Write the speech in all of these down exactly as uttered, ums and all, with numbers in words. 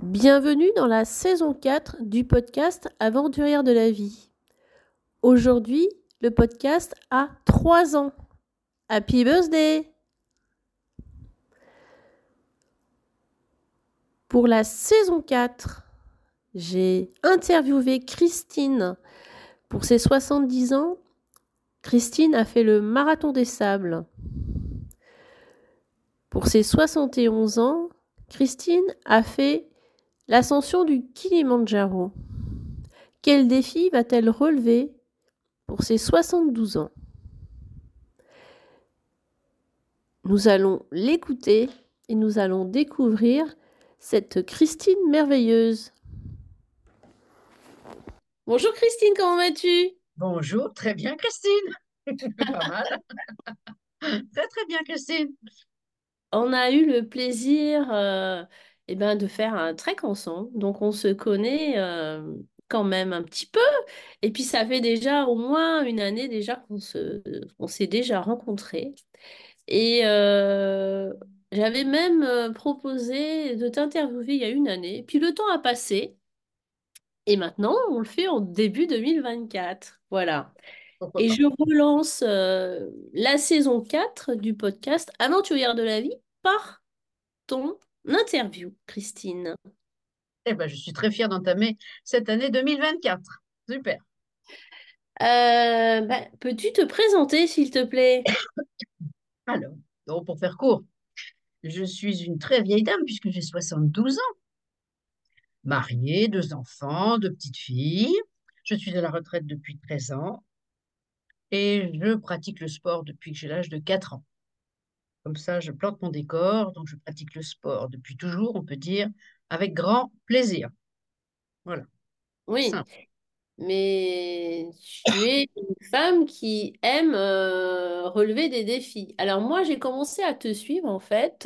Bienvenue dans la saison quatre du podcast Aventurière de la vie. Aujourd'hui, le podcast a trois ans. Happy birthday! Pour la saison quatre, j'ai interviewé Christine. Pour ses soixante-dix ans, Christine a fait le marathon des sables. Pour ses soixante et onze ans, Christine a fait l'ascension du Kilimandjaro. Quel défi va-t-elle relever pour ses soixante-douze ans? Nous allons l'écouter et nous allons découvrir cette Christine merveilleuse. Bonjour Christine, comment vas-tu? Bonjour, très bien Christine. Pas mal. Très très bien Christine. On a eu le plaisir euh, eh ben, de faire un trek ensemble, donc on se connaît euh, quand même un petit peu. Et puis ça fait déjà au moins une année déjà qu'on se, qu'on s'est déjà rencontrés. Et euh, j'avais même euh, proposé de t'interviewer il y a une année. Puis le temps a passé. Et maintenant, on le fait en début deux mille vingt-quatre. Voilà. Pourquoi Et pas? je relance euh, la saison quatre du podcast Aventurière de la vie par ton interview, Christine. Eh ben, je suis très fière d'entamer cette année deux mille vingt-quatre. Super. Euh, bah, peux-tu te présenter, s'il te plaît? Alors, donc, pour faire court, je suis une très vieille dame puisque j'ai soixante-douze ans, mariée, deux enfants, deux petites filles. Je suis à la retraite depuis treize ans et je pratique le sport depuis que j'ai l'âge de quatre ans. Comme ça, je plante mon décor, donc je pratique le sport depuis toujours, on peut dire, avec grand plaisir. Voilà, Oui, simple. mais tu es une femme qui aime euh, relever des défis. Alors moi, j'ai commencé à te suivre, en fait,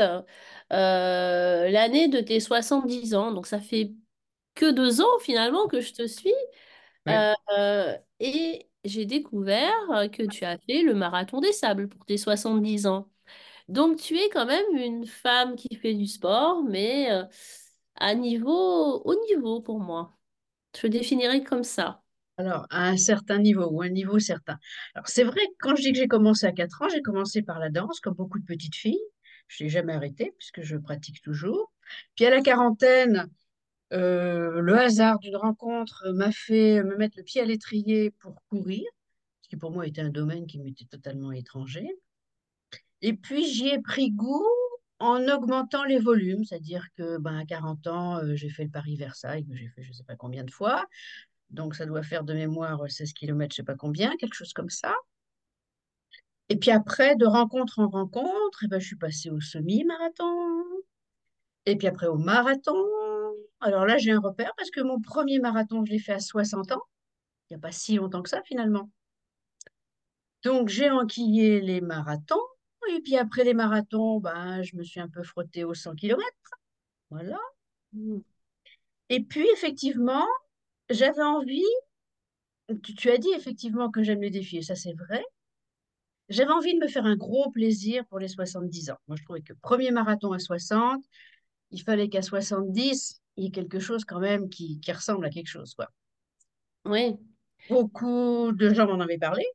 euh, l'année de tes soixante-dix ans. Donc ça fait que deux ans, finalement, que je te suis. Oui. Euh, euh, et j'ai découvert euh, que tu as fait le marathon des sables pour tes soixante-dix ans. Donc tu es quand même une femme qui fait du sport, mais euh, à niveau, haut niveau pour moi. Je le définirais comme ça. Alors, à un certain niveau ou un niveau certain. Alors, c'est vrai que quand je dis que j'ai commencé à quatre ans, j'ai commencé par la danse, comme beaucoup de petites filles. Je n'ai jamais arrêté puisque je pratique toujours. Puis à la quarantaine, euh, le hasard d'une rencontre m'a fait me mettre le pied à l'étrier pour courir, ce qui pour moi était un domaine qui m'était totalement étranger. Et puis j'y ai pris goût en augmentant les volumes, c'est-à-dire que ben, à quarante ans, euh, j'ai fait le Paris-Versailles, que j'ai fait je ne sais pas combien de fois. Donc, ça doit faire de mémoire euh, seize kilomètres, je ne sais pas combien, quelque chose comme ça. Et puis après, de rencontre en rencontre, eh ben, je suis passée au semi-marathon. Et puis après, au marathon. Alors là, j'ai un repère parce que mon premier marathon, je l'ai fait à soixante ans. Il n'y a pas si longtemps que ça, finalement. Donc, j'ai enquillé les marathons. Et puis après les marathons, ben, je me suis un peu frottée aux cent kilomètres. Voilà. Mm. Et puis, effectivement, j'avais envie, tu, tu as dit effectivement que j'aime les défis, et ça c'est vrai. J'avais envie de me faire un gros plaisir pour les soixante-dix ans. Moi, je trouvais que premier marathon à soixante, il fallait qu'à soixante-dix, il y ait quelque chose quand même qui, qui ressemble à quelque chose, quoi. Oui, Beaucoup de gens m'en avaient parlé.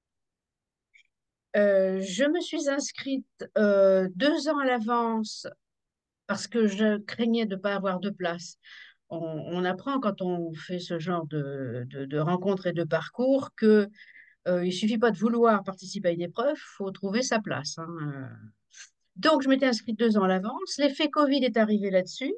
Euh, je me suis inscrite euh, deux ans à l'avance parce que je craignais de ne pas avoir de place. On, on apprend quand on fait ce genre de, de, de rencontres et de parcours que euh, il suffit pas de vouloir participer à une épreuve, il faut trouver sa place, hein. Euh, Donc, je m'étais inscrite deux ans à l'avance. L'effet Covid est arrivé là-dessus,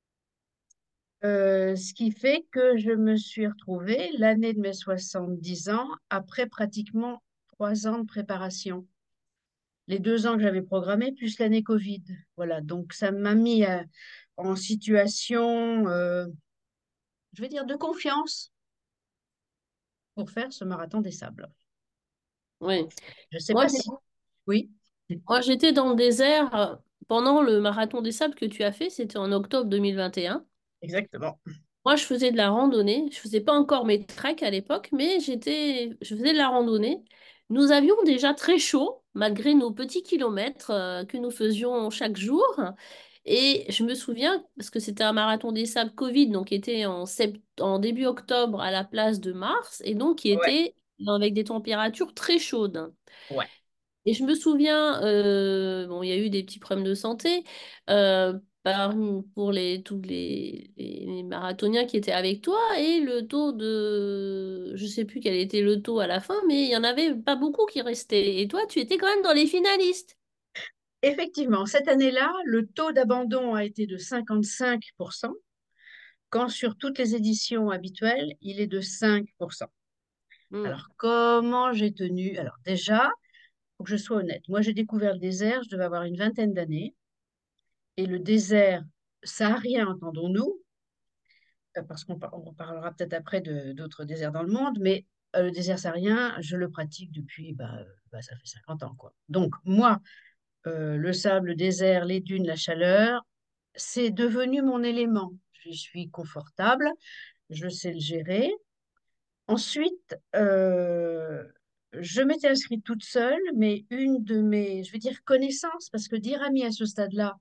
euh, ce qui fait que je me suis retrouvée l'année de mes soixante-dix ans après pratiquement trois ans de préparation. Les deux ans que j'avais programmés, plus l'année Covid. Voilà, donc ça m'a mis euh, en situation, euh, je vais dire, de confiance pour faire ce marathon des sables. oui. Je ne sais Moi, pas j'ai- si... Oui, moi, j'étais dans le désert euh, pendant le marathon des sables que tu as fait. C'était en octobre deux mille vingt et un. exactement. Moi, je faisais de la randonnée. Je faisais pas encore mes treks à l'époque, mais j'étais, je faisais de la randonnée. Nous avions déjà très chaud, malgré nos petits kilomètres euh, que nous faisions chaque jour. Et je me souviens, parce que c'était un marathon des sables Covid, donc qui était en, sept- en début octobre à la place de mars, et donc qui Ouais, était avec des températures très chaudes. ouais. Et je me souviens, euh, bon, il y a eu des petits problèmes de santé euh, par- pour les, tous les, les- les marathoniens qui étaient avec toi, et le taux de, je sais plus quel était le taux à la fin, mais il y en avait pas beaucoup qui restaient. Et toi, tu étais quand même dans les finalistes. Effectivement, cette année-là, le taux d'abandon a été de cinquante-cinq pour cent, quand sur toutes les éditions habituelles, il est de cinq pour cent. Hmm. Alors, comment j'ai tenu? Alors, déjà, faut que je sois honnête. Moi, j'ai découvert le désert, je devais avoir une vingtaine d'années. Et le désert saharien, entendons-nous, euh, parce qu'on par- on parlera peut-être après de- d'autres déserts dans le monde, mais euh, le désert saharien, je le pratique depuis, bah, euh, bah, ça fait cinquante ans, quoi. Donc, moi, euh, le sable, le désert, les dunes, la chaleur, c'est devenu mon élément. Je suis confortable, je sais le gérer. Ensuite, euh, je m'étais inscrite toute seule, mais une de mes, je vais dire connaissances, parce que dire amie à ce stade-là,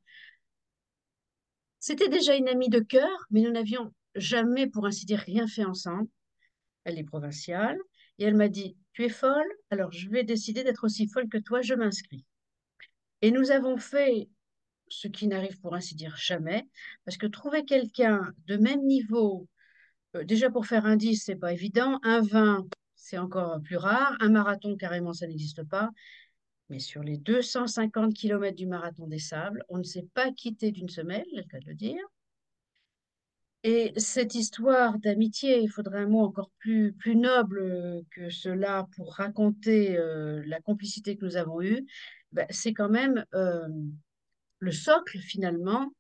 c'était déjà une amie de cœur, mais nous n'avions jamais, pour ainsi dire, rien fait ensemble. Elle est provinciale, et elle m'a dit, tu es folle, alors je vais décider d'être aussi folle que toi, je m'inscris. Et nous avons fait ce qui n'arrive pour ainsi dire jamais, parce que trouver quelqu'un de même niveau, euh, déjà pour faire un dix, c'est pas évident, un vingt, c'est encore plus rare, un marathon, carrément, ça n'existe pas, mais sur les deux cent cinquante kilomètres du marathon des sables, on ne s'est pas quitté d'une semelle, c'est le cas de le dire. Et cette histoire d'amitié, il faudrait un mot encore plus, plus noble euh, que cela pour raconter euh, la complicité que nous avons eue, ben, c'est quand même euh, le socle finalement,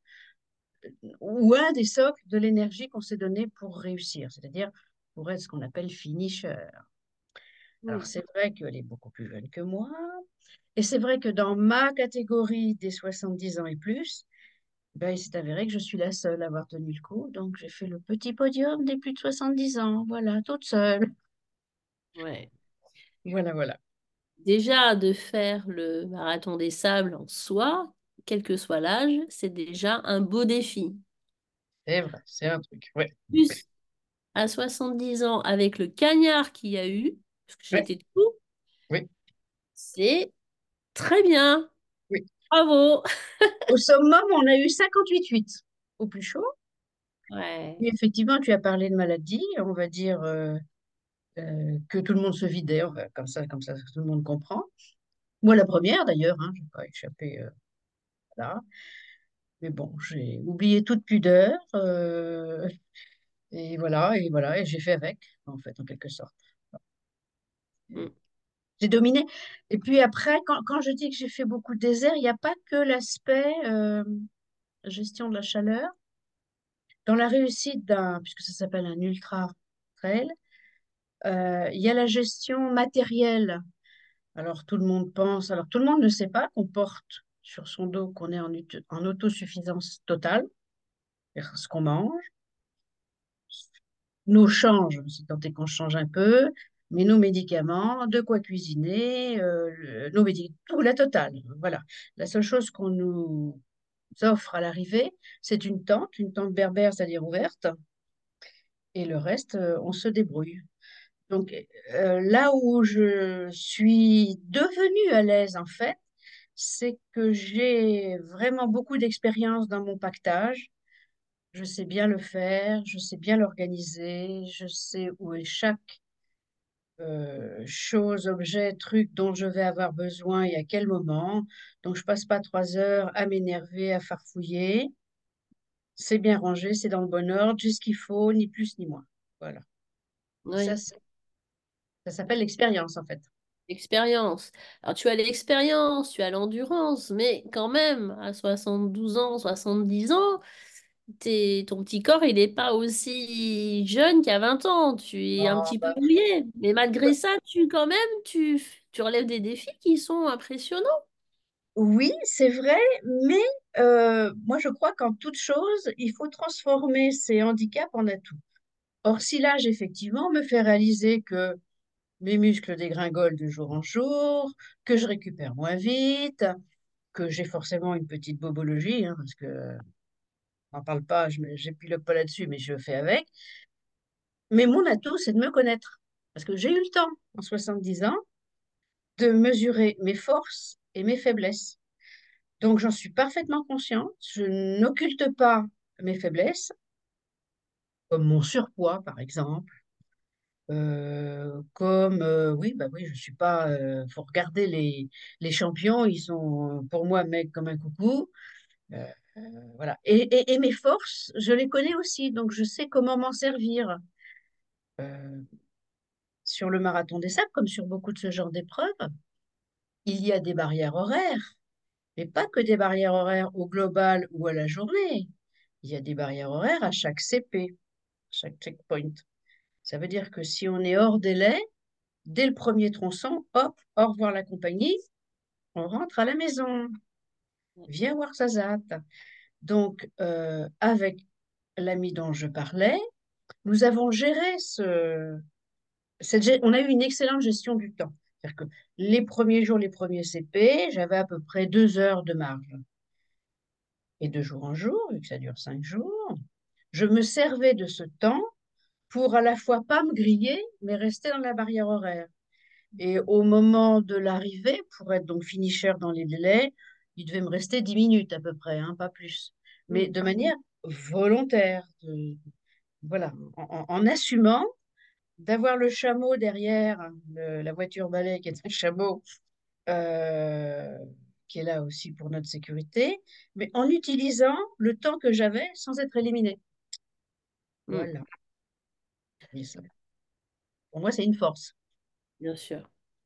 ou un des socles de l'énergie qu'on s'est donné pour réussir, c'est-à-dire pour être ce qu'on appelle finisher. Alors Hmm. c'est vrai qu'elle est beaucoup plus jeune que moi, et c'est vrai que dans ma catégorie des soixante-dix ans et plus, ben, il s'est avéré que je suis la seule à avoir tenu le coup, donc j'ai fait le petit podium des plus de soixante-dix ans, voilà, toute seule. Ouais. Voilà, voilà. Déjà, de faire le marathon des sables en soi, quel que soit l'âge, c'est déjà un beau défi. C'est vrai, c'est un truc. Ouais, Plus à soixante-dix ans, avec le cagnard qu'il y a eu, parce que ouais, j'étais debout, oui, c'est très bien. oui. Bravo. Au summum, on a eu cinquante-huit virgule huit au plus chaud. Ouais. Et effectivement, tu as parlé de maladie, on va dire euh, euh, que tout le monde se vidait, enfin, comme ça, comme ça, tout le monde comprend. Moi, la première d'ailleurs, hein, je n'ai pas échappé euh, là. Mais bon, j'ai oublié toute pudeur. euh, et voilà, et voilà, et j'ai fait avec, en fait, en quelque sorte. Mm. J'ai dominé. Et puis après, quand, quand je dis que j'ai fait beaucoup de désert, il n'y a pas que l'aspect euh, gestion de la chaleur. Dans la réussite d'un, puisque ça s'appelle un ultra trail, euh, il y a la gestion matérielle. Alors tout le monde pense, alors tout le monde ne sait pas qu'on porte sur son dos qu'on est en, auto- en autosuffisance totale, c'est-à-dire ce qu'on mange, nos changes, si tant est qu'on change un peu, mais nos médicaments, de quoi cuisiner, euh, le- nos médicaments, tout, la totale. Voilà. La seule chose qu'on nous offre à l'arrivée, c'est une tente, une tente berbère, c'est-à-dire ouverte, et le reste, euh, on se débrouille. Donc euh, là où je suis devenue à l'aise, en fait, c'est que j'ai vraiment beaucoup d'expérience dans mon pactage. Je sais bien le faire, je sais bien l'organiser, je sais où est chaque euh, chose, objet, truc dont je vais avoir besoin et à quel moment. Donc je passe pas trois heures à m'énerver, à farfouiller. C'est bien rangé, c'est dans le bon ordre, j'ai ce qu'il faut, ni plus ni moins. Voilà. Et ça, Oui. c'est- ça s'appelle l'expérience, en fait. Expérience. Alors, tu as l'expérience, tu as l'endurance, mais quand même, à soixante-douze ans, soixante-dix ans, t'es- ton petit corps, il n'est pas aussi jeune qu'à vingt ans. Tu es un Ah, petit peu bah, mouillé. Mais malgré ça, tu, quand même, tu, tu relèves des défis qui sont impressionnants. oui, c'est vrai, mais euh, moi je crois qu'en toute chose, il faut transformer ces handicaps en atouts. Or, si l'âge effectivement me fait réaliser que mes muscles dégringolent de jour en jour, que je récupère moins vite, que j'ai forcément une petite bobologie, hein, parce que on n'en parle pas, je n'épilogue pas là-dessus, mais je fais avec. Mais mon atout, c'est de me connaître. Parce que j'ai eu le temps, en soixante-dix ans, de mesurer mes forces et mes faiblesses. Donc, j'en suis parfaitement consciente. Je n'occulte pas mes faiblesses, comme mon surpoids, par exemple. Euh, comme, euh, oui, bah oui, je suis pas. Euh, faut regarder les, les champions, ils sont pour moi mecs comme un coucou. Euh, euh, voilà. Et, et, et mes forces, je les connais aussi, donc je sais comment m'en servir. Euh, sur le marathon des sables, comme sur beaucoup de ce genre d'épreuves, il y a des barrières horaires, mais pas que des barrières horaires au global ou à la journée. Il y a des barrières horaires à chaque C P, chaque checkpoint. Ça veut dire que si on est hors délai, dès le premier tronçon, hop, au revoir la compagnie, on rentre à la maison. Viens voir Sazat. Donc, euh, avec l'ami dont je parlais, nous avons géré ce, cette gé- on a eu une excellente gestion du temps. C'est-à-dire que les premiers jours, les premiers C P, j'avais à peu près deux heures de marge. Et de jour en jour, vu que ça dure cinq jours, je me servais de ce temps pour à la fois pas me griller, mais rester dans la barrière horaire. Et au moment de l'arrivée, pour être donc finisher dans les délais, il devait me rester dix minutes à peu près, hein, pas plus. Mais Mm. de manière volontaire, de- voilà, en, en- en assumant d'avoir le chameau derrière, hein, le- la voiture balai qui est un chameau, euh, qui est là aussi pour notre sécurité, mais en utilisant le temps que j'avais sans être éliminé. Mm. Voilà. Et ça, pour moi, c'est une force. Bien sûr.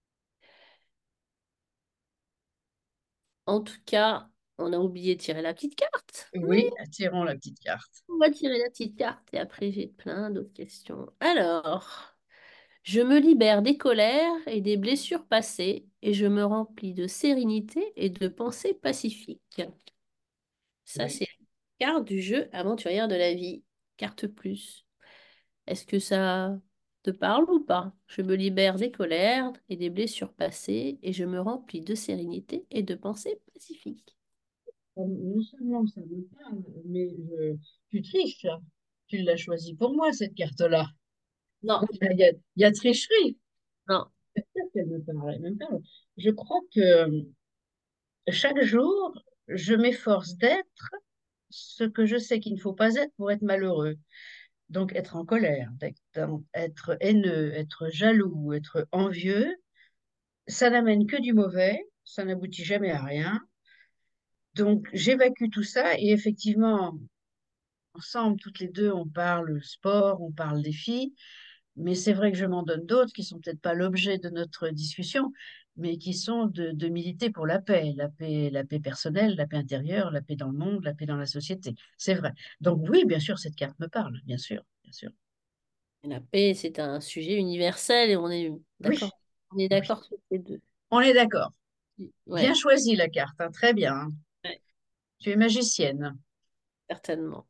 En tout cas, on a oublié de tirer la petite carte. Oui, attirons la petite carte. On va tirer la petite carte et après j'ai plein d'autres questions. Alors, je me libère des colères et des blessures passées et je me remplis de sérénité et de pensées pacifiques. Ça, Oui. c'est la carte du jeu aventurière de la vie. Carte plus. Est-ce que ça te parle ou pas? Je me libère des colères et des blessures passées et je me remplis de sérénité et de pensées pacifiques. Euh, Non seulement ça me parle, mais je- tu triches, là. Tu l'as choisi pour moi, cette carte-là. Non, Il y a, il y a tricherie. non. Peut-être qu'elle me parle, elle me parle. Je crois que euh, chaque jour, je m'efforce d'être ce que je sais qu'il ne faut pas être pour être malheureux. Donc, être en colère, d'être- être haineux, être jaloux, être envieux, ça n'amène que du mauvais, ça n'aboutit jamais à rien. Donc, j'évacue tout ça et effectivement, ensemble, toutes les deux, on parle sport, on parle défis, mais c'est vrai que je m'en donne d'autres qui sont peut-être pas l'objet de notre discussion, mais qui sont de, de militer pour la paix, la paix, la paix personnelle, la paix intérieure, la paix dans le monde, la paix dans la société. C'est vrai. Donc oui, bien sûr, cette carte me parle, bien sûr, bien sûr. La paix, c'est un sujet universel et on est Oui, d'accord. On est oui, d'accord sur les deux. on est d'accord. Bien Ouais, choisi la carte, hein, très bien, hein. ouais, Tu es magicienne. certainement.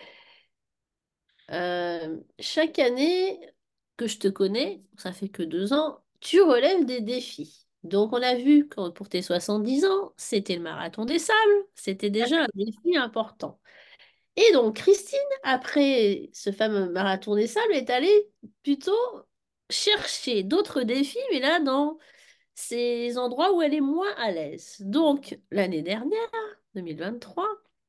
Euh, chaque année que je te connais, ça fait que deux ans, tu relèves des défis. Donc, on a vu que pour tes soixante-dix ans, c'était le marathon des sables. C'était déjà un défi important. Et donc, Christine, après ce fameux marathon des sables, est allée plutôt chercher d'autres défis, mais là, dans ces endroits où elle est moins à l'aise. Donc, l'année dernière, deux mille vingt-trois,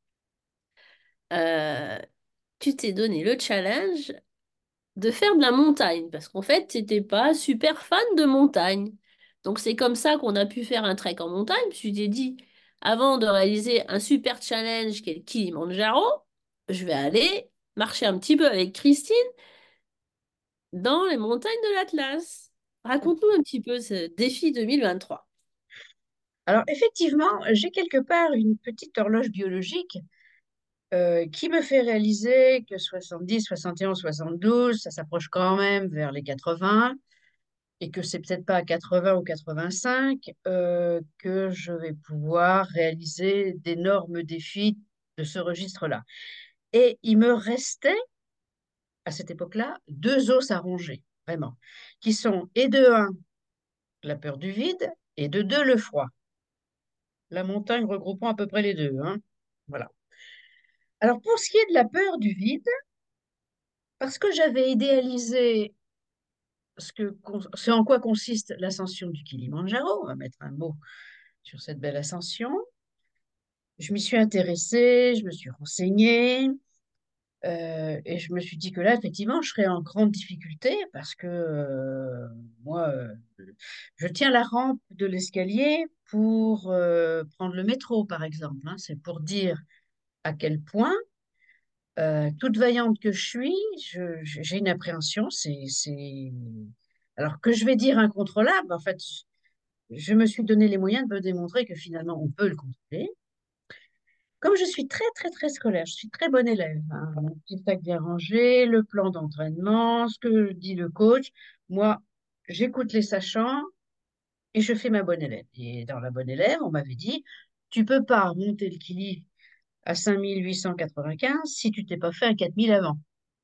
euh, tu t'es donné le challenge de faire de la montagne, parce qu'en fait, tu n'étais pas super fan de montagne. Donc, c'est comme ça qu'on a pu faire un trek en montagne, puis tu t'es dit, avant de réaliser un super challenge qui est le Kilimandjaro, je vais aller marcher un petit peu avec Christine dans les montagnes de l'Atlas. Raconte-nous un petit peu ce défi deux mille vingt-trois. Alors effectivement, j'ai quelque part une petite horloge biologique euh, qui me fait réaliser que soixante-dix, soixante et onze, soixante-douze, ça s'approche quand même vers les quatre-vingts, et que c'est peut-être pas à quatre-vingts ou quatre-vingt-cinq euh, que je vais pouvoir réaliser d'énormes défis de ce registre-là. Et il me restait, à cette époque-là, deux os à ronger, vraiment, qui sont et de un, la peur du vide, et de deux, le froid. la montagne regroupant à peu près les deux, hein. Voilà. Alors, pour ce qui est de la peur du vide, parce que j'avais idéalisé ce que, ce en quoi consiste l'ascension du Kilimandjaro, on va mettre un mot sur cette belle ascension, je m'y suis intéressée, je me suis renseignée, euh, et je me suis dit que là, effectivement, je serais en grande difficulté parce que euh, moi, euh, je tiens la rampe de l'escalier pour euh, prendre le métro, par exemple, hein. C'est pour dire à quel point, euh, toute vaillante que je suis, je- je- j'ai une appréhension. C'est, c'est... Alors que je vais dire incontrôlable, en fait, je me suis donné les moyens de me démontrer que finalement, on peut le contrôler. Comme je suis très, très, très scolaire, je suis très bonne élève, hein, mon petit sac bien rangé, le plan d'entraînement, ce que dit le coach, moi, j'écoute les sachants et je fais ma bonne élève. Et dans la bonne élève, on m'avait dit, tu peux pas monter le Kili à cinq mille huit cent quatre-vingt-quinze si tu t'es pas fait un quatre mille avant.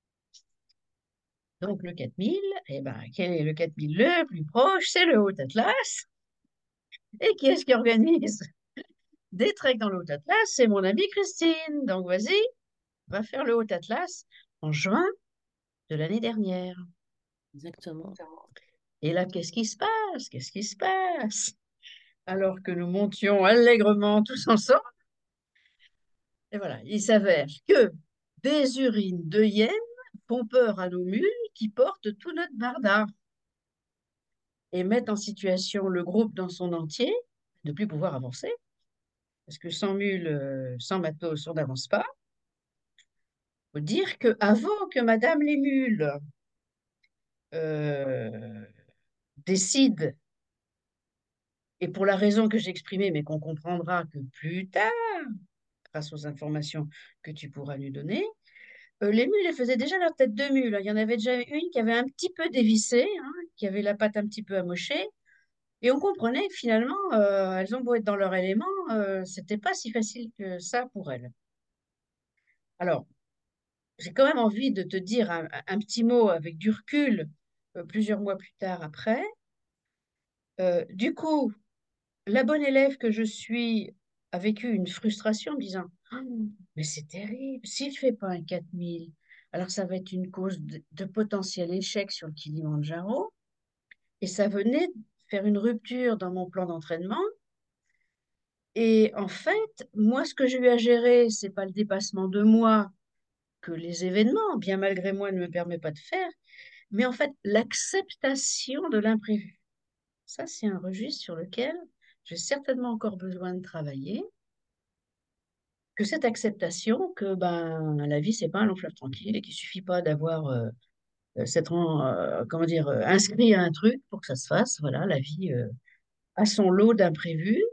Donc le quatre mille, eh ben, quel est le quatre mille le plus proche? C'est le Haut Atlas. Et qui est-ce qui organise des treks dans le Haut Atlas? C'est mon amie Christine. Donc vas-y, va faire le Haut Atlas en juin de l'année dernière. Exactement. Et là, qu'est-ce qui se passe? Qu'est-ce qui se passe? Alors que nous montions allègrement tous ensemble, et voilà, il s'avère que des urines de hyène font peur à nos mules qui portent tout notre barda et mettent en situation le groupe dans son entier de ne plus pouvoir avancer. Parce que sans mules, euh, sans matos, on n'avance pas. Il faut dire qu'avant que Madame les mules euh, décide, et pour la raison que j'ai exprimée, mais qu'on comprendra que plus tard, grâce aux informations que tu pourras lui donner, euh, les mules, elles faisaient déjà leur tête de mule, hein. Il y en avait déjà une qui avait un petit peu dévissé, hein, qui avait la patte un petit peu amochée. Et on comprenait que finalement, euh, elles ont beau être dans leur élément, euh, c'était pas si facile que ça pour elles. Alors, j'ai quand même envie de te dire un, un petit mot avec du recul, euh, plusieurs mois plus tard après. Euh, du coup, la bonne élève que je suis a vécu une frustration en me disant, oh, mais c'est terrible, s'il ne fait pas un quatre mille, alors ça va être une cause de, de potentiel échec sur le Kilimandjaro. Et ça venait faire une rupture dans mon plan d'entraînement. Et en fait, moi, ce que j'ai eu à gérer, c'est pas le dépassement de moi que les événements, bien malgré moi, ne me permettent pas de faire, mais en fait, l'acceptation de l'imprévu. Ça, c'est un registre sur lequel j'ai certainement encore besoin de travailler, que cette acceptation que ben, la vie, c'est pas un long fleuve tranquille et qu'il suffit pas d'avoir euh, euh, s'être en- euh, comment dire, euh, inscrit à un truc pour que ça se fasse. Voilà, la vie euh, a son lot d'imprévus.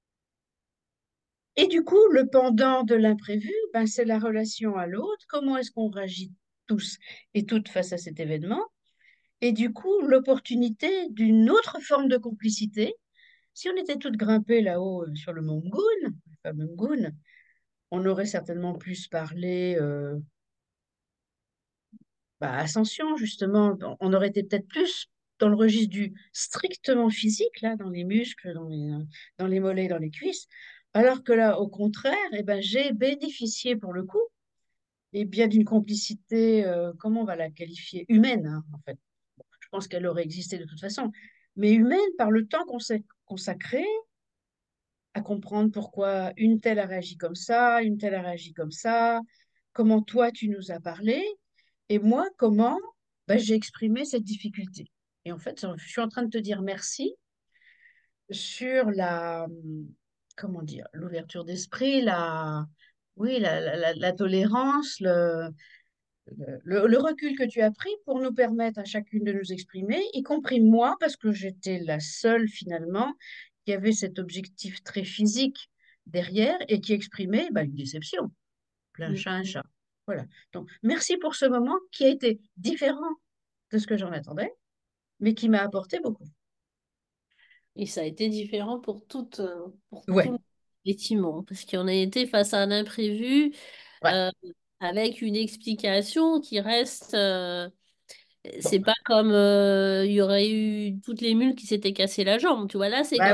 Et du coup, le pendant de l'imprévu, ben, c'est la relation à l'autre. Comment est-ce qu'on réagit tous et toutes face à cet événement? Et du coup, l'opportunité d'une autre forme de complicité. Si on était toutes grimpées là-haut euh, sur le mont Mgoun, le fameux Mgoun, on aurait certainement plus parlé euh, bah, ascension, justement. On aurait été peut-être plus dans le registre du strictement physique, là, dans les muscles, dans les, dans les mollets, dans les cuisses. Alors que là, au contraire, eh ben, j'ai bénéficié pour le coup, et bien d'une complicité, euh, comment on va la qualifier? Humaine, hein, en fait. Je pense qu'elle aurait existé de toute façon, mais humaine par le temps qu'on s'est consacré à comprendre pourquoi une telle a réagi comme ça, une telle a réagi comme ça, comment toi tu nous as parlé, et moi comment ben, j'ai exprimé cette difficulté. Et en fait, je suis en train de te dire merci sur la, comment dire, l'ouverture d'esprit, la, oui, la, la, la- la tolérance, le, le, le recul que tu as pris pour nous permettre à chacune de nous exprimer, y compris moi, parce que j'étais la seule finalement qui avait cet objectif très physique derrière et qui exprimait bah, une déception, plein chat, un Mm. chat. Voilà. Donc, merci pour ce moment qui a été différent de ce que j'en attendais, mais qui m'a apporté beaucoup. Et ça a été différent pour toutes, euh, pour Ouais, tout, effectivement, parce qu'on a été face à un imprévu ouais. euh, avec une explication qui reste. Euh, Bon, c'est pas comme euh, il y aurait eu toutes les mules qui s'étaient cassées la jambe, tu vois. Là, c'est bah quand même ouais,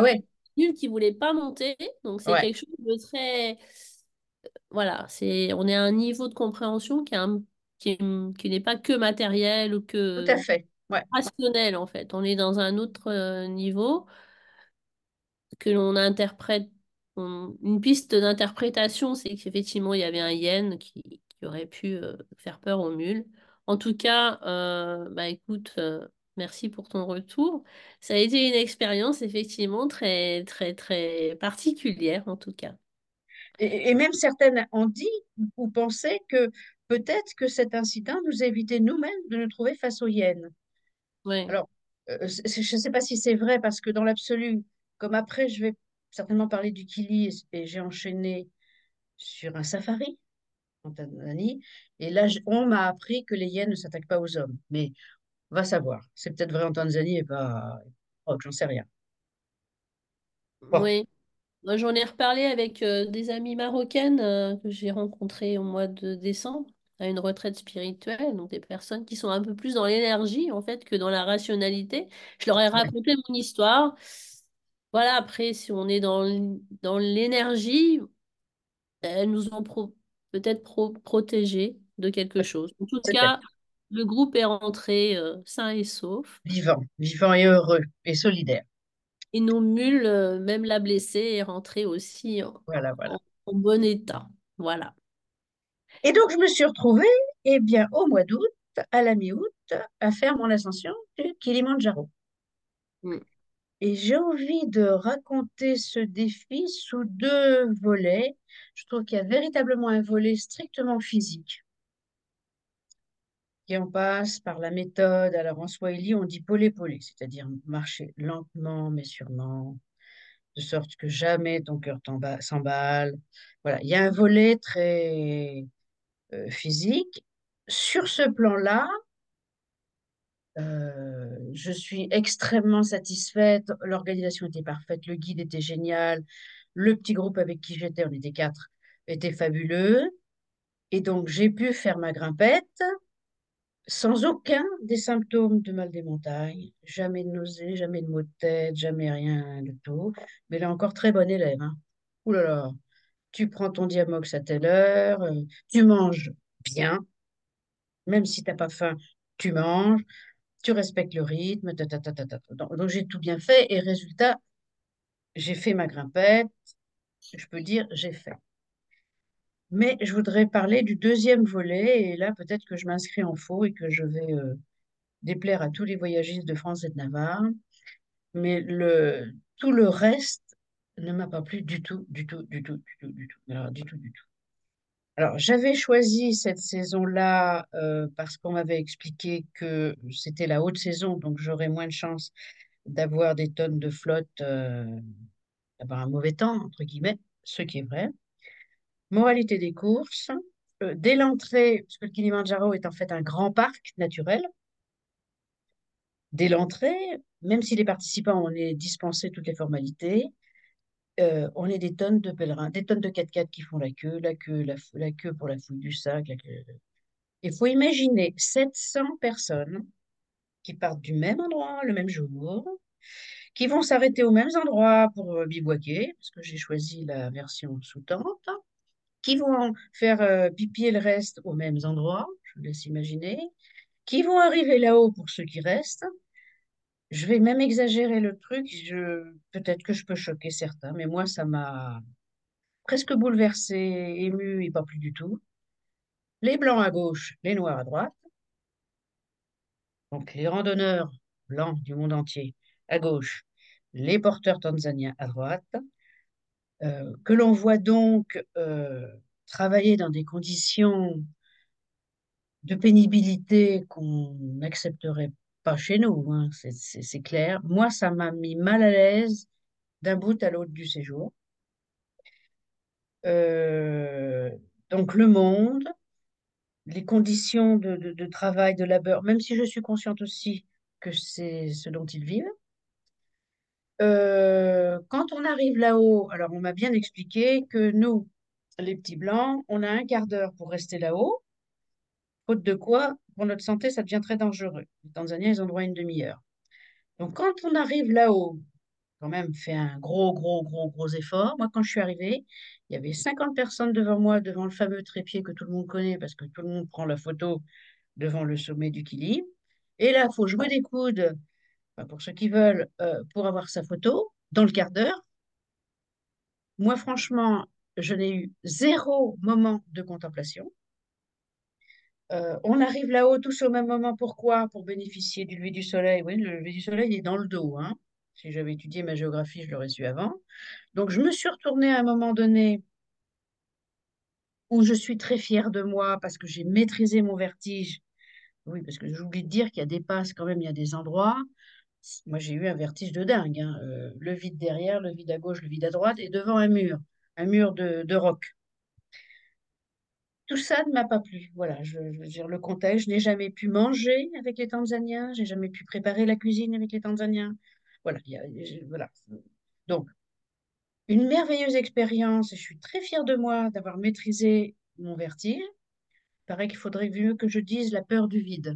nul qui voulait pas monter. Donc c'est Ouais, quelque chose de très, voilà, c'est, on est à un niveau de compréhension qui est un- qui est- qui n'est pas que matériel ou tout à que fait. Ouais, rationnel en fait. On est dans un autre euh, niveau que l'on interprète. on- Une piste d'interprétation, c'est qu'effectivement il y avait un hyène qui, qui aurait pu euh, faire peur aux mules. En tout cas, euh, bah écoute, euh, merci pour ton retour. Ça a été une expérience effectivement très très très particulière en tout cas. et, et même certaines ont dit ou pensé que peut-être que cet incident nous a évité nous-mêmes de nous trouver face aux hyènes. Ouais. Alors, euh, c'est- je ne sais pas si c'est vrai parce que dans l'absolu, comme après je vais certainement parler du Kili et, et j'ai enchaîné sur un safari en Tanzanie, et là je- on m'a appris que les hyènes ne s'attaquent pas aux hommes. Mais on va savoir. C'est peut-être vrai en Tanzanie et pas. Oh, j'en sais rien. Bon, Oui. Moi, j'en ai reparlé avec euh, des amies marocaines euh, que j'ai rencontrées au mois de décembre à une retraite spirituelle, donc des personnes qui sont un peu plus dans l'énergie en fait que dans la rationalité. Je leur ai ouais, raconté mon histoire. Voilà, après, si on est dans l- dans l'énergie, elles nous ont pro- peut-être pro- protégés de quelque chose. En tout peut-être. cas, le groupe est rentré euh, sain et sauf. Vivant, vivant et heureux et solidaire. Et nos mules, euh, même la blessée, est rentrée aussi en Voilà, voilà. en- en bon état. Voilà. Et donc, je me suis retrouvée, eh bien, au mois d'août, à la mi-août, à faire mon ascension du Kilimandjaro. Mm. Et j'ai envie de raconter ce défi sous deux volets. Je trouve qu'il y a véritablement un volet strictement physique qui en passe par la méthode. Alors, en Swahili, on dit polé-polé, c'est-à-dire marcher lentement mais sûrement, de sorte que jamais ton cœur t'emba- s'emballe. Voilà, il y a un volet très euh, physique. Sur ce plan-là, euh, je suis extrêmement satisfaite. L'organisation était parfaite, le guide était génial, le petit groupe avec qui j'étais, on était quatre, était fabuleux. Et donc, j'ai pu faire ma grimpette sans aucun des symptômes de mal des montagnes. Jamais de nausée, jamais de maux de tête, jamais rien du tout. Mais là encore, très bon élève, hein. Ouh là là, tu prends ton Diamox à telle heure, euh, tu manges bien, même si t'as pas faim, tu manges, tu respectes le rythme, ta, ta, ta, ta, ta. Donc, donc j'ai tout bien fait et résultat, j'ai fait ma grimpette, je peux dire, j'ai fait. Mais je voudrais parler du deuxième volet et là peut-être que je m'inscris en faux et que je vais euh, déplaire à tous les voyagistes de France et de Navarre, mais le, tout le reste ne m'a pas plu du tout, du tout, du tout, du tout, du tout. Alors, du tout, du tout. Alors, j'avais choisi cette saison-là euh, parce qu'on m'avait expliqué que c'était la haute saison, donc j'aurais moins de chances d'avoir des tonnes de flotte, euh, d'avoir un mauvais temps, entre guillemets, ce qui est vrai. Moralité des courses, euh, dès l'entrée, parce que le Kilimandjaro est en fait un grand parc naturel, dès l'entrée, même si les participants ont est dispensés toutes les formalités, euh, on est des tonnes de pèlerins, des tonnes de quatre-quatre qui font la queue, la queue, la, fou- la queue pour la fouille du sac, la queue. Il faut imaginer sept cents personnes qui partent du même endroit le même jour, qui vont s'arrêter aux mêmes endroits pour euh, bivouaquer, parce que j'ai choisi la version sous tente, qui vont faire euh, pipi et le reste aux mêmes endroits, je vous laisse imaginer, qui vont arriver là-haut pour ceux qui restent. Je vais même exagérer le truc, je... peut-être que je peux choquer certains, mais moi, ça m'a presque bouleversée, émue et pas plus du tout. Les blancs à gauche, les noirs à droite. Donc, les randonneurs blancs du monde entier à gauche, les porteurs tanzaniens à droite, euh, que l'on voit donc euh, travailler dans des conditions de pénibilité qu'on n'accepterait pas chez nous, hein, c'est c'est- c'est clair. Moi, ça m'a mis mal à l'aise d'un bout à l'autre du séjour. Euh, donc, le monde, les conditions de, de de travail, de labeur, même si je suis consciente aussi que c'est ce dont ils vivent. Euh, quand on arrive là-haut, alors on m'a bien expliqué que nous, les petits blancs, on a un quart d'heure pour rester là-haut, faute de quoi, pour notre santé, ça devient très dangereux. Les Tanzaniens, ils ont droit à une demi-heure. Donc quand on arrive là-haut, quand même fait un gros, gros, gros, gros effort. Moi, quand je suis arrivée, il y avait cinquante personnes devant moi, devant le fameux trépied que tout le monde connaît parce que tout le monde prend la photo devant le sommet du Kili. Et là, il faut jouer des coudes, enfin, pour ceux qui veulent, euh, pour avoir sa photo dans le quart d'heure. Moi, franchement, je n'ai eu zéro moment de contemplation. Euh, on arrive là-haut tous au même moment. Pourquoi? Pour bénéficier du lever du soleil. Oui, le lever du soleil est dans le dos, hein. Si j'avais étudié ma géographie, je l'aurais su avant. Donc, je me suis retournée à un moment donné où je suis très fière de moi parce que j'ai maîtrisé mon vertige. Oui, parce que j'oublie de dire qu'il y a des passes quand même, il y a des endroits. Moi, j'ai eu un vertige de dingue, hein. Euh, le vide derrière, le vide à gauche, le vide à droite et devant un mur, un mur de, de roc. Tout ça ne m'a pas plu. Voilà, je, je veux dire, le contexte, je n'ai jamais pu manger avec les Tanzaniens, j'ai jamais pu préparer la cuisine avec les Tanzaniens. Voilà, il y a- je- voilà. Donc, une merveilleuse expérience et je suis très fière de moi d'avoir maîtrisé mon vertige. Il paraît qu'il faudrait mieux que je dise la peur du vide.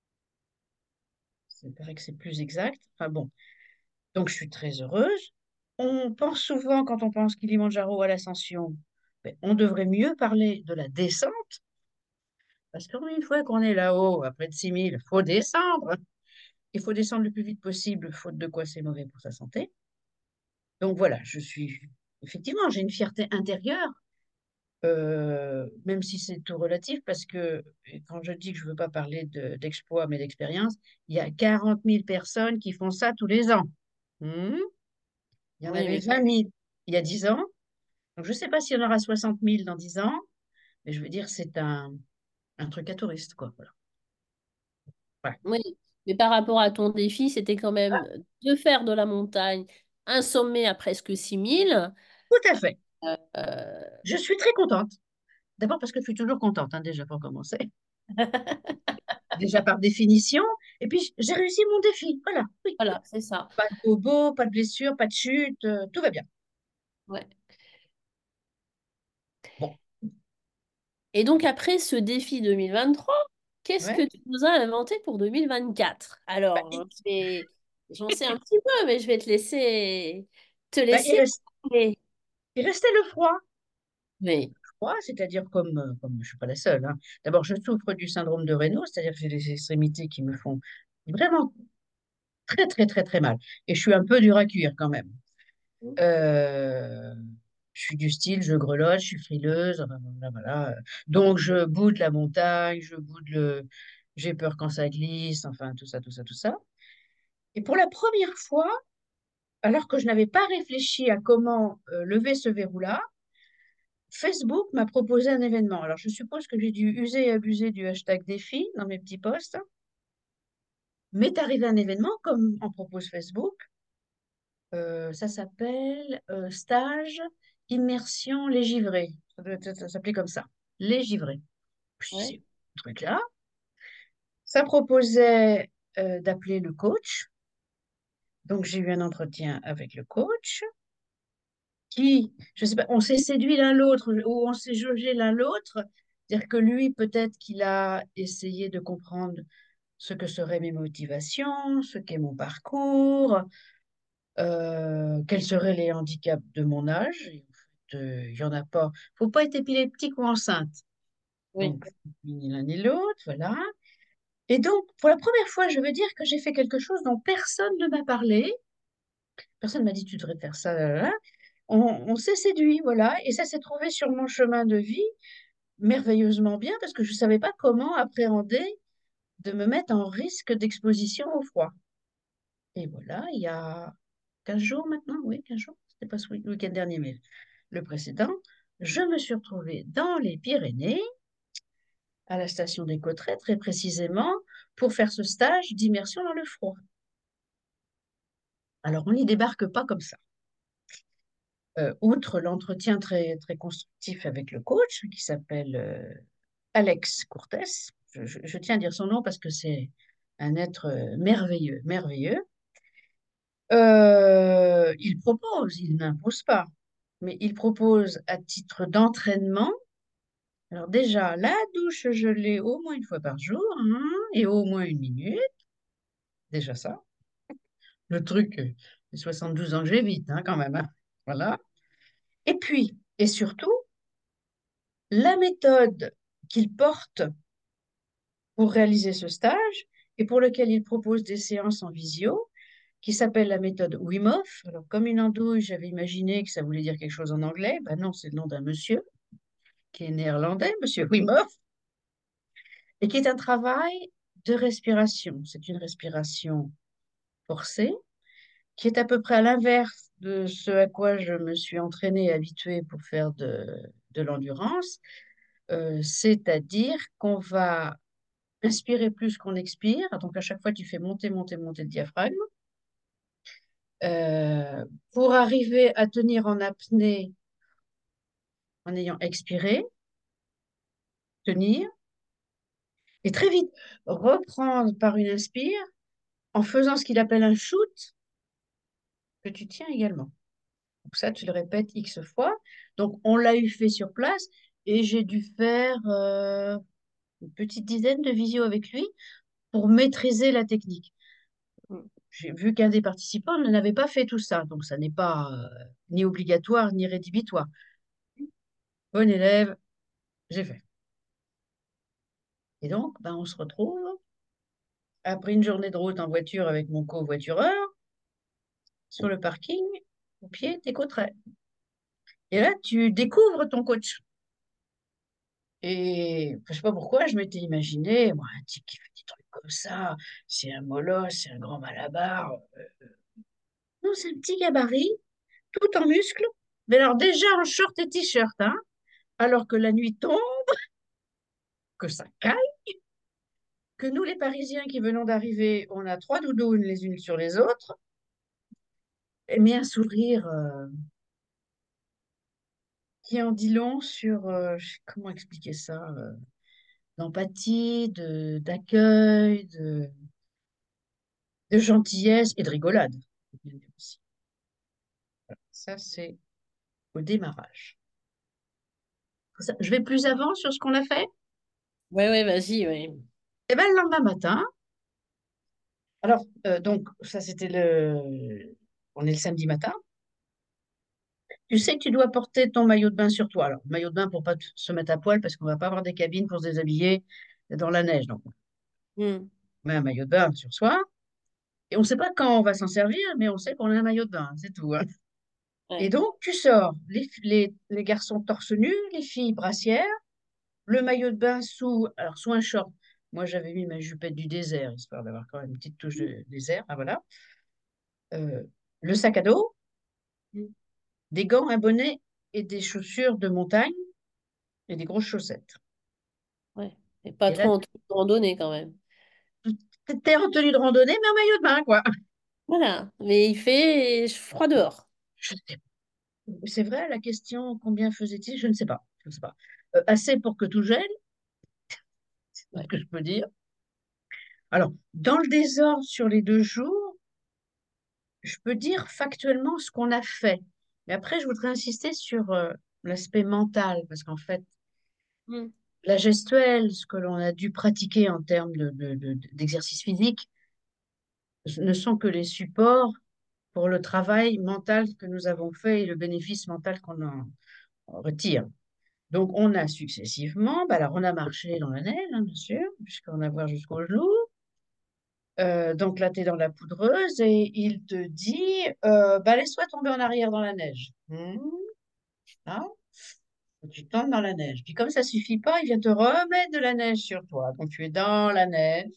Il paraît que c'est plus exact. Enfin bon, donc je suis très heureuse. On pense souvent, quand on pense Kilimandjaro à l'ascension, ben, on devrait mieux parler de la descente. Parce qu'une fois qu'on est là-haut, à près de six mille, il faut descendre. Il faut descendre le plus vite possible, faute de quoi c'est mauvais pour sa santé. Donc voilà, je suis effectivement, j'ai une fierté intérieure, euh, même si c'est tout relatif, parce que quand je dis que je ne veux pas parler de- d'exploit, mais d'expérience, il y a quarante mille personnes qui font ça tous les ans. Hmm. Il y en Oui, avait mais vingt mille il y a dix ans. Donc je ne sais pas s'il y en aura soixante mille dans dix ans, mais je veux dire, c'est un, un truc à touristes, quoi. Voilà. Ouais. oui, mais par rapport à ton défi, c'était quand même de faire de la montagne un sommet à presque six mille. Tout à fait. Euh, Je suis très contente. D'abord parce que je suis toujours contente, hein, déjà pour commencer, déjà par définition. Et puis j'ai réussi mon défi. Voilà, oui. voilà, c'est ça. Pas de bobo, pas de blessure, pas de chute, euh, tout va bien. Ouais. Bon, Et donc après ce défi deux mille vingt-trois, qu'est-ce ouais. que tu nous as inventé pour deux mille vingt-quatre? Bah, Alors, il, je vais- j'en sais un petit peu, mais je vais te laisser te bah, il laisser reste- parler. il restait le froid. Oui, Froid, c'est-à-dire comme, euh, comme je ne suis pas la seule, hein. D'abord, je souffre du syndrome de Raynaud, c'est-à-dire que j'ai des extrémités qui me font vraiment très, très, très, très mal. Et je suis un peu dur à cuire quand même. Euh, je suis du style, je grelotte, je suis frileuse, enfin, voilà, voilà. Donc, je boude la montagne, je boude le... J'ai peur quand ça glisse, enfin, tout ça, tout ça, tout ça. Et pour la première fois, alors que je n'avais pas réfléchi à comment euh, lever ce verrou-là, Facebook m'a proposé un événement. Alors, je suppose que j'ai dû user et abuser du hashtag défi dans mes petits posts. M'est arrivé un événement, comme en propose Facebook. Euh, ça s'appelle euh, stage immersion les givrés. Ça doit être- ça s'appelait comme ça. Les givrés. Puis ouais, c'est ce truc-là. Ça proposait euh, d'appeler le coach. Donc, j'ai eu un entretien avec le coach qui, je sais pas, on s'est séduit l'un l'autre ou on s'est jaugé l'un l'autre. C'est-à-dire que lui, peut-être qu'il a essayé de comprendre ce que seraient mes motivations, ce qu'est mon parcours, euh, quels seraient les handicaps de mon âge. Et en fait, euh, il n'y en a pas. Faut pas être épileptique ou enceinte. oui, Donc, ni l'un ni l'autre, voilà. Et donc, pour la première fois, je veux dire que j'ai fait quelque chose dont personne ne m'a parlé. Personne ne m'a dit, tu devrais faire ça, là, là, là. On, on s'est séduit, voilà. Et ça s'est trouvé sur mon chemin de vie merveilleusement bien parce que je ne savais pas comment appréhender de me mettre en risque d'exposition au froid. Et voilà, il y a quinze jours maintenant, oui, quinze jours, c'était pas ce week- le week-end dernier, mais le précédent, je me suis retrouvée dans les Pyrénées, à la station des Cotterêts, très précisément, pour faire ce stage d'immersion dans le froid. Alors, on n'y débarque pas comme ça. Euh, outre l'entretien très, très constructif avec le coach, qui s'appelle euh, Alex Cortés, je, je- je tiens à dire son nom parce que c'est un être euh, merveilleux, merveilleux. Euh, il propose, il n'impose pas, mais il propose à titre d'entraînement. Alors déjà, la douche gelée au moins une fois par jour, hein, et au moins une minute, déjà ça. Le truc, euh, les soixante-douze ans que j'évite, hein, quand même, hein. Voilà. Et puis, et surtout, la méthode qu'il porte pour réaliser ce stage et pour lequel il propose des séances en visio, qui s'appelle la méthode Wim Hof. Alors, comme une andouille, j'avais imaginé que ça voulait dire quelque chose en anglais. Ben non, c'est le nom d'un monsieur qui est néerlandais, monsieur Wim Hof, et qui est un travail de respiration. C'est une respiration forcée, qui est à peu près à l'inverse de ce à quoi je me suis entraînée et habituée pour faire de, de l'endurance. Euh, c'est-à-dire qu'on va inspirer plus qu'on expire. Donc, à chaque fois, tu fais monter, monter, monter le diaphragme. Euh, pour arriver à tenir en apnée en ayant expiré, tenir, et très vite reprendre par une inspire en faisant ce qu'il appelle un shoot que tu tiens également. Donc ça, tu le répètes X fois. Donc, on l'a eu fait sur place et j'ai dû faire euh, une petite dizaine de visios avec lui pour maîtriser la technique. Mm. J'ai vu qu'un des participants ne n'avait pas fait tout ça, donc ça n'est pas euh, ni obligatoire ni rédhibitoire. Bon élève, j'ai fait. Et donc, ben, on se retrouve après une journée de route en voiture avec mon covoitureur sur le parking au pied des Cauterets. Et là, tu découvres ton coach. Et je sais pas pourquoi, je m'étais imaginé, moi, un type qui fait des trucs comme ça, c'est un molosse, c'est un grand malabar. Non, c'est un petit gabarit, tout en muscles, mais alors déjà en short et t-shirt, hein, alors que la nuit tombe, que ça caille, que nous, les Parisiens qui venons d'arriver, on a trois doudounes les unes sur les autres, mais un sourire euh, qui en dit long sur, euh, je sais comment expliquer ça, euh, d'empathie, de, d'accueil, de, de gentillesse et de rigolade. Faut bien dire aussi. Ça, c'est au démarrage. Ça, je vais plus avant sur ce qu'on a fait. Ouais, ouais, vas-y, ouais. Et bien, le lendemain matin, alors, euh, donc, ça, c'était le. On est le samedi matin. Tu sais que tu dois porter ton maillot de bain sur toi. Alors, maillot de bain pour pas t- se mettre à poil parce qu'on va pas avoir des cabines pour se déshabiller dans la neige. Donc, on Mm. met un maillot de bain sur soi. Et on ne sait pas quand on va s'en servir, mais on sait qu'on a un maillot de bain, c'est tout, hein. Et Ouais. donc, tu sors les, les, les garçons torse nu, les filles brassières, le maillot de bain sous, alors sous un short. Moi, j'avais mis ma jupette du désert, histoire d'avoir quand même une petite touche de désert. Ah, voilà. Euh, le sac à dos, Mm. des gants, un bonnet et des chaussures de montagne et des grosses chaussettes. Ouais. Et pas Et là, trop en tenue de randonnée quand même. t'es en tenue de randonnée, mais en maillot de bain, quoi. Voilà. Mais il fait froid dehors. Je sais pas. C'est vrai, la question combien faisait-il? Je ne sais pas. Je ne sais pas. Euh, assez pour que tout gèle, c'est tout ce Ouais. que je peux dire. Alors, dans le désordre sur les deux jours, je peux dire factuellement ce qu'on a fait. Mais après, je voudrais insister sur euh, l'aspect mental, parce qu'en fait, Mm. la gestuelle, ce que l'on a dû pratiquer en termes de, de- de- d'exercice physique, ne sont que les supports pour le travail mental que nous avons fait et le bénéfice mental qu'on en retire. Donc, on a successivement, bah alors on a marché dans la neige, hein, bien sûr, puisqu'on a voir jusqu'au genou. Euh, donc là, tu es dans la poudreuse et il te dit, euh, bah, laisse-toi tomber en arrière dans la neige. Hmm, hein, tu tombes dans la neige. Puis comme ça suffit pas, il vient te remettre de la neige sur toi. Donc tu es dans la neige.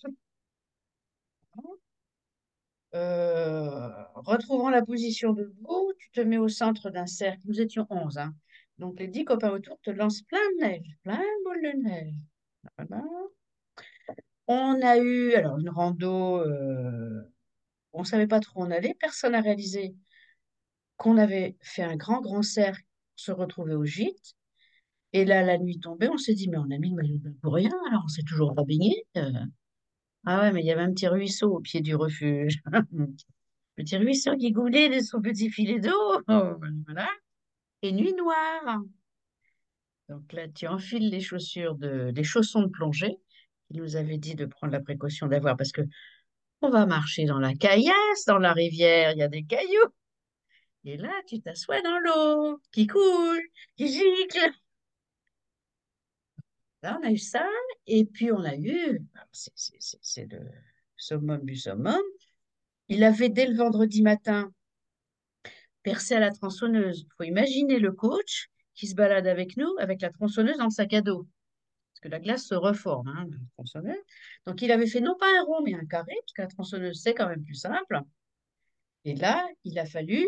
Euh, retrouvant la position debout, tu te mets au centre d'un cercle. Nous étions onze, hein. Donc les dix copains autour te lancent plein de neige, plein de boules de neige. Voilà. On a eu alors une rando, euh, on ne savait pas trop où on allait, personne n'a réalisé qu'on avait fait un grand, grand cercle pour se retrouver au gîte. Et là, la nuit tombée, on s'est dit, mais on a mis le maillot de bain pour rien, alors on s'est toujours pas baigné. Euh, ah ouais, mais il y avait un petit ruisseau au pied du refuge. Petit ruisseau qui coulait de son petit filet d'eau. Oh, voilà. Et nuit noire. Donc là, tu enfiles les chaussures de, les chaussons de plongée qu'il nous avait dit de prendre la précaution d'avoir parce que On va marcher dans la caillasse, dans la rivière, il y a des cailloux. Et là, tu t'assois dans l'eau qui coule, qui gicle. Là, on a eu ça. Et puis, on a eu, c'est c'est- c'est- c'est le summum du summum. Il avait, dès le vendredi matin, percé à la tronçonneuse. Il faut imaginer le coach qui se balade avec nous, avec la tronçonneuse dans le sac à dos. Parce que la glace se reforme, hein, la tronçonneuse. Donc, il avait fait non pas un rond, mais un carré, parce que la tronçonneuse, c'est quand même plus simple. Et là, il a fallu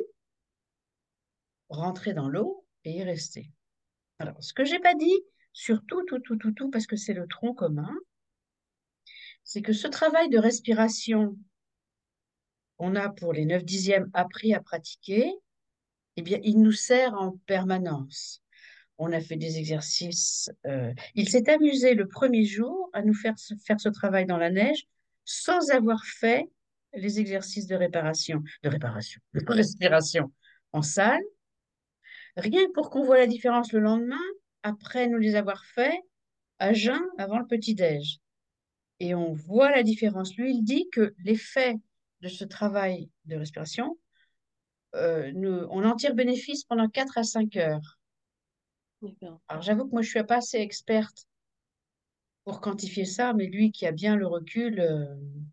rentrer dans l'eau et y rester. Alors, ce que j'ai pas dit, surtout, tout, tout, tout, tout, parce que c'est le tronc commun, c'est que ce travail de respiration qu'on a pour les neuf dixièmes appris à pratiquer, eh bien, il nous sert en permanence. On a fait des exercices. Euh, il s'est amusé le premier jour à nous faire ce, faire ce travail dans la neige sans avoir fait les exercices de réparation, de réparation, de respiration en salle, rien que pour qu'on voit la différence le lendemain, après nous les avoir faits à jeun avant le petit-déj. Et on voit la différence. Lui, il dit que l'effet de ce travail de respiration, euh, nous- on en tire bénéfice pendant quatre à cinq heures. D'accord. Alors j'avoue que moi, je suis pas assez experte pour quantifier ça, mais lui qui a bien le recul. euh,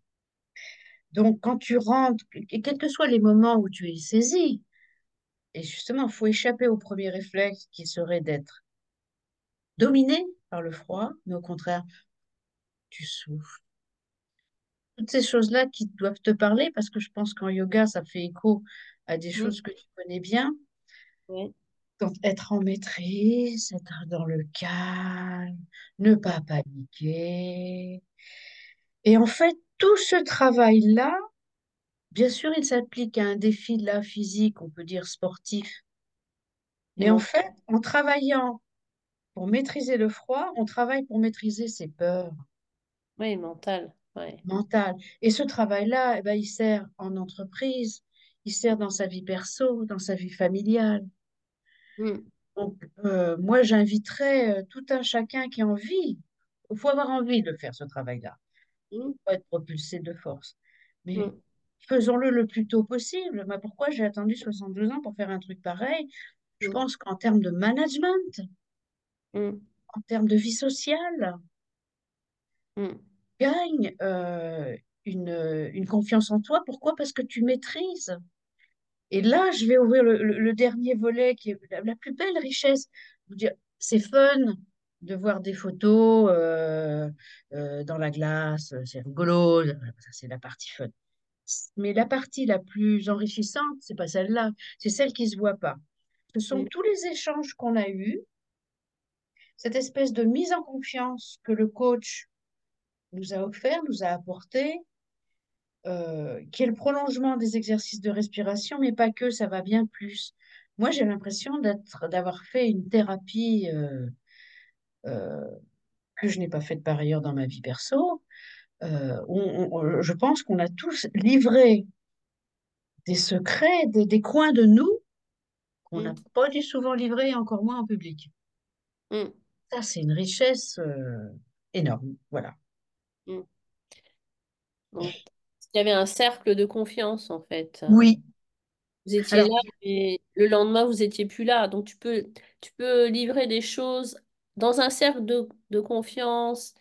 Donc, quand tu rentres, et quels que soient les moments où tu es saisi, et justement, il faut échapper au premier réflexe qui serait d'être dominé par le froid, mais au contraire, tu souffles. Toutes ces choses-là qui doivent te parler, parce que je pense qu'en yoga, ça fait écho à des Mm. choses que tu connais bien. Ouais. Donc, être en maîtrise, être dans le calme, ne pas paniquer. Et en fait, tout ce travail-là, bien sûr, il s'applique à un défi de la physique, on peut dire sportif. Et Mais en mon... fait, en travaillant pour maîtriser le froid, on travaille pour maîtriser ses peurs Oui, mental. Ouais. mentales. Et ce travail-là, eh ben, il sert en entreprise, il sert dans sa vie perso, dans sa vie familiale. Mm. Donc, euh, moi, j'inviterais euh, tout un chacun qui a envie. Il faut avoir envie de faire ce travail-là. Mm. Pas être propulsé de force. Mais Mm. faisons-le le plus tôt possible. Moi, pourquoi j'ai attendu soixante-douze ans pour faire un truc pareil? Je Mm. pense qu'en termes de management, Mm. en termes de vie sociale, Mm. gagne euh, une, une confiance en toi. Pourquoi? Parce que tu maîtrises. Et là, je vais ouvrir le, le- le dernier volet qui est la, la plus belle richesse. Vous dire, c'est fun de voir des photos euh, euh, dans la glace, c'est rigolo, ça c'est la partie fun. Mais la partie la plus enrichissante, c'est pas celle-là, c'est celle qui se voit pas. Ce sont Mm. tous les échanges qu'on a eus, cette espèce de mise en confiance que le coach nous a offert, nous a apporté, euh, qui est le prolongement des exercices de respiration, mais pas que, ça va bien plus. Moi, j'ai l'impression d'être, d'avoir fait une thérapie euh, euh, que je n'ai pas faite par ailleurs dans ma vie perso. Euh, on- on- je pense qu'on a tous livré des secrets, des, des coins de nous qu'on n'a Mm. pas dû souvent livrer, et encore moins en public. Mm. Ça, c'est une richesse euh, énorme. Voilà. Mm. Donc, il y avait un cercle de confiance, en fait. Oui. Vous étiez Alors, là, mais le lendemain, vous étiez plus là. Donc, tu peux, tu peux livrer des choses dans un cercle de, de confiance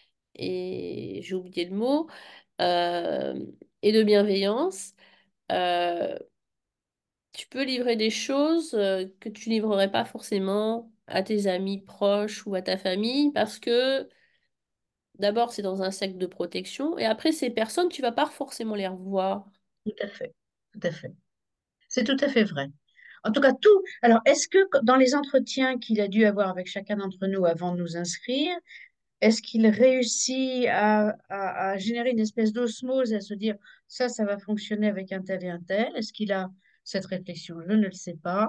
et j'ai oublié le mot, euh, et de bienveillance. Euh, Tu peux livrer des choses euh, que tu livrerais pas forcément à tes amis proches ou à ta famille parce que d'abord, c'est dans un cercle de protection et après, ces personnes, tu vas pas forcément les revoir. tout à fait. Tout à fait. C'est tout à fait vrai. En tout cas, tout. Alors, est-ce que dans les entretiens qu'il a dû avoir avec chacun d'entre nous avant de nous inscrire, est-ce qu'il réussit à, à- à générer une espèce d'osmose et à se dire ça, ça va fonctionner avec un tel et un tel? Est-ce qu'il a cette réflexion? Je ne le sais pas.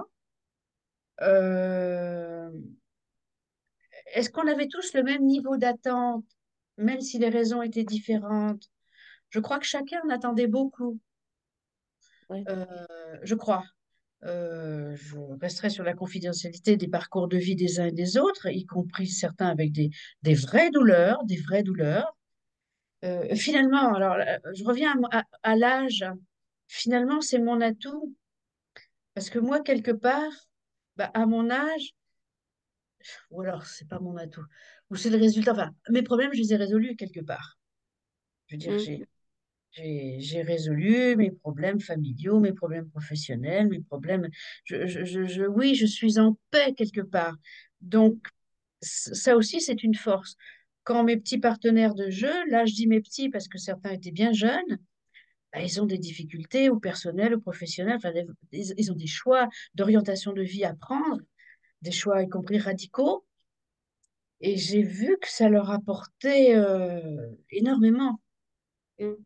Euh, Est-ce qu'on avait tous le même niveau d'attente, même si les raisons étaient différentes? Je crois que chacun en attendait beaucoup. Ouais. Euh, je crois. Euh, je resterai sur la confidentialité des parcours de vie des uns et des autres, y compris certains avec des, des vraies douleurs, des vraies douleurs. Euh, finalement, alors, euh, je reviens à, à- à l'âge. Finalement, c'est mon atout parce que moi, quelque part, bah, à mon âge, ou alors c'est pas mon atout, ou c'est le résultat. Enfin, mes problèmes, je les ai résolus quelque part. Je veux dire, Mm, j'ai j'ai j'ai résolu mes problèmes familiaux, mes problèmes professionnels, mes problèmes. Je, je, je, je- oui, je suis en paix quelque part. Donc, mm, c- ça aussi, c'est une force. Quand mes petits partenaires de jeu, là, je dis mes petits parce que certains étaient bien jeunes, bah, ils ont des difficultés ou personnelles ou professionnelles. Enfin, des- ils, ils ont des choix d'orientation de vie à prendre, des choix y compris radicaux. Et j'ai vu que ça leur apportait euh, énormément. mm,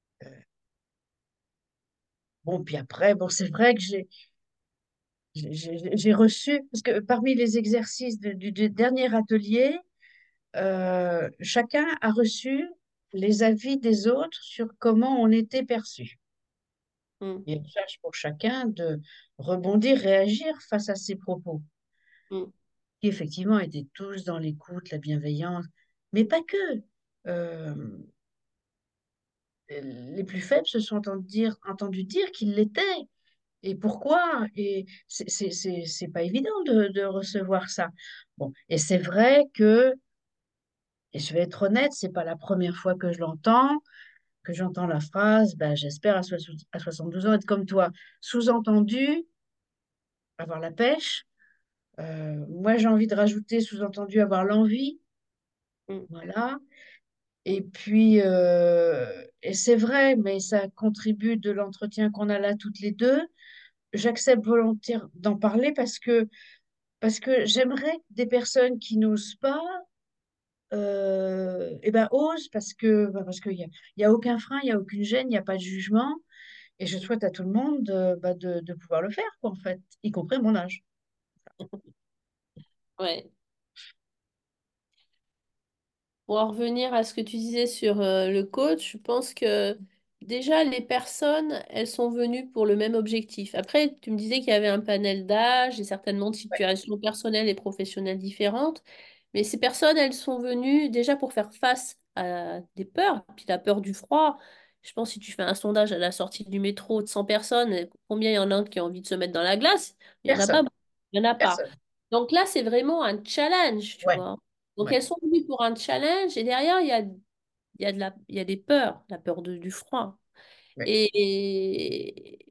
Bon, puis après, bon, c'est vrai que j'ai j'ai j'ai- j'ai reçu, parce que parmi les exercices de- du, du dernier atelier, euh, chacun a reçu les avis des autres sur comment on était perçu. mm, Il y a une charge pour chacun de rebondir, réagir face à ces propos, mm, qui effectivement étaient tous dans l'écoute, la bienveillance, mais pas que. Euh, les plus faibles se sont entendus dire, entendus dire qu'ils l'étaient. Et pourquoi? Et c'est c'est- c'est- c'est pas évident de, de recevoir ça. Bon, et c'est vrai que, et je vais être honnête, c'est pas la première fois que je l'entends, que j'entends la phrase, ben, j'espère à, soix- à soixante-douze ans être comme toi. Sous-entendu, avoir la pêche. Euh, moi, j'ai envie de rajouter, sous-entendu, avoir l'envie. mm. Voilà. Et puis, euh, et c'est vrai, mais ça contribue de l'entretien qu'on a là toutes les deux. J'accepte volontaire d'en parler parce que Parce que j'aimerais que des personnes qui n'osent pas, euh, eh ben, osent parce que bah, parce qu'il y a, il y a aucun frein, il y a aucune gêne, il n'y a pas de jugement. Et je souhaite à tout le monde euh, bah, de, de pouvoir le faire, quoi, en fait, y compris à mon âge. Ouais. Pour en revenir à ce que tu disais sur euh, le coach, je pense que déjà les personnes, elles sont venues pour le même objectif. Après, tu me disais qu'il y avait un panel d'âge et certainement de Ouais, situations personnelles et professionnelles différentes, mais ces personnes, elles sont venues déjà pour faire face à des peurs, puis la peur du froid. Je pense que si tu fais un sondage à la sortie du métro de cent personnes, combien il y en a qui ont envie de se mettre dans la glace? Il n'y en a pas personne, beaucoup. Il n'y en a pas. personne. Donc là, c'est vraiment un challenge, tu Ouais, vois. Donc ouais, elles sont venues pour un challenge et derrière, il y a, il y a de la, il y a des peurs, la peur de- du froid. ouais, Et,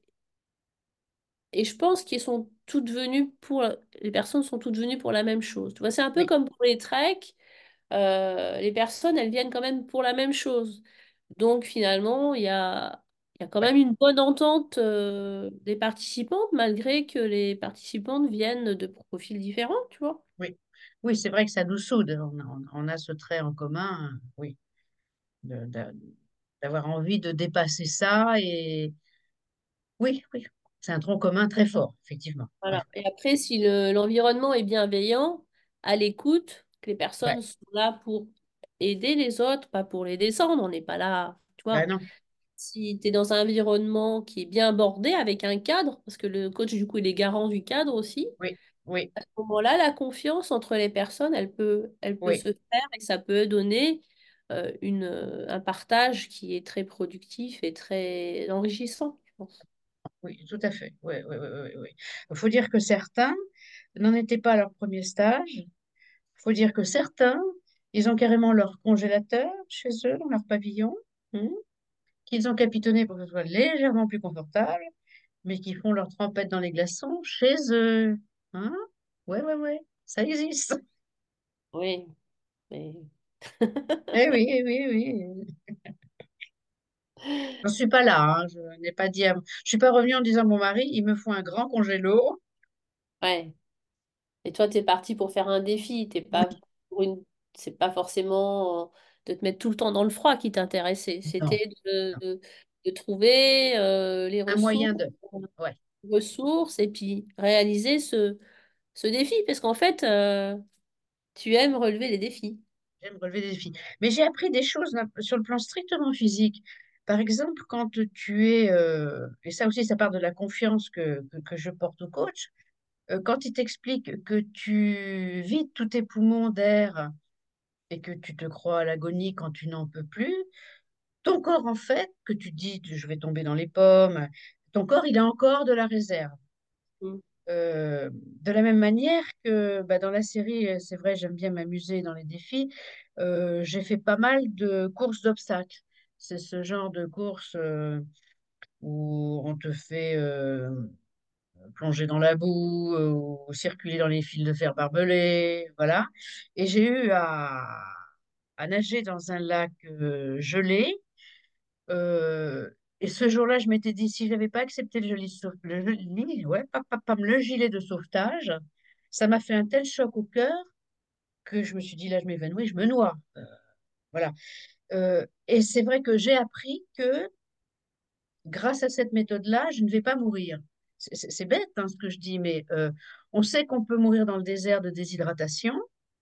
et je pense qu'ils sont toutes venues pour, les personnes sont toutes venues pour la même chose. Tu vois, c'est un peu oui, comme pour les treks, euh, les personnes, elles viennent quand même pour la même chose. Donc finalement, il y a, il y a quand ouais, même une bonne entente, euh, des participantes, malgré que les participantes viennent de profils différents, tu vois. oui. Oui, c'est vrai que ça nous soude. On, a on- on a ce trait en commun, euh, oui, de- de- d'avoir envie de dépasser ça. Et oui, oui, c'est un tronc commun très fort, effectivement. Ouais, Voilà. Et après, si le- l'environnement est bienveillant, à l'écoute, que les ouais. personnes sont là pour aider les autres, pas pour les descendre, on n'est pas là, tu Ben vois. non, Si tu es dans un environnement qui est bien bordé avec un cadre, parce que le coach, du coup, il est garant du cadre aussi, oui, oui, à ce moment-là, la confiance entre les personnes, elle peut, elle peut oui. se faire et ça peut donner euh, une, euh, un partage qui est très productif et très enrichissant, je pense. Oui, tout à fait. Oui, oui, oui, oui, oui. Il faut dire que certains n'en étaient pas à leur premier stage. Il faut dire que certains, ils ont carrément leur congélateur chez eux, dans leur pavillon, hein, qu'ils ont capitonné pour que ce soit légèrement plus confortable, mais qui font leur trempette dans les glaçons chez eux. Hein? Ouais, ouais, ouais, ça existe. Oui, mais... Eh oui, eh oui, eh oui. Je ne suis pas là, hein. Je n'ai pas dit à... Je suis pas revenue en disant à mon mari, il me faut un grand congélo. Ouais. Et toi, tu es parti pour faire un défi. T'es pas Oui, pour une... C'est pas forcément euh, de te mettre tout le temps dans le froid qui t'intéressait. non, C'était de, non. de, de trouver euh, les Un ressources, moyen de... Ouais. ressources et puis réaliser ce, ce défi. Parce qu'en fait, euh, tu aimes relever les défis. J'aime relever des défis. Mais j'ai appris des choses là, sur le plan strictement physique. Par exemple, quand tu es, euh, et ça aussi, ça part de la confiance que, que, que je porte au coach, euh, quand il t'explique que tu vides tous tes poumons d'air et que tu te crois à l'agonie quand tu n'en peux plus, ton corps, en fait, que tu dis, je vais tomber dans les pommes, ton corps, il a encore de la réserve. Mm. Euh, de la même manière que bah, dans la série, euh, c'est vrai, j'aime bien m'amuser dans les défis, euh, j'ai fait pas mal de courses d'obstacles. C'est ce genre de course euh, où on te fait euh, plonger dans la boue euh, ou circuler dans les fils de fer barbelés, voilà. Et j'ai eu à, à nager dans un lac euh, gelé. euh, et ce jour-là, je m'étais dit, si je n'avais pas accepté le, joli sau- le, joli- ouais, pam, pam, pam, le gilet de sauvetage, ça m'a fait un tel choc au cœur que je me suis dit, là, je m'évanouis, je me noie. Euh, voilà. Euh, et c'est vrai que j'ai appris que grâce à cette méthode-là, je ne vais pas mourir. C'est c'est- c'est bête hein, ce que je dis, mais euh, on sait qu'on peut mourir dans le désert de déshydratation,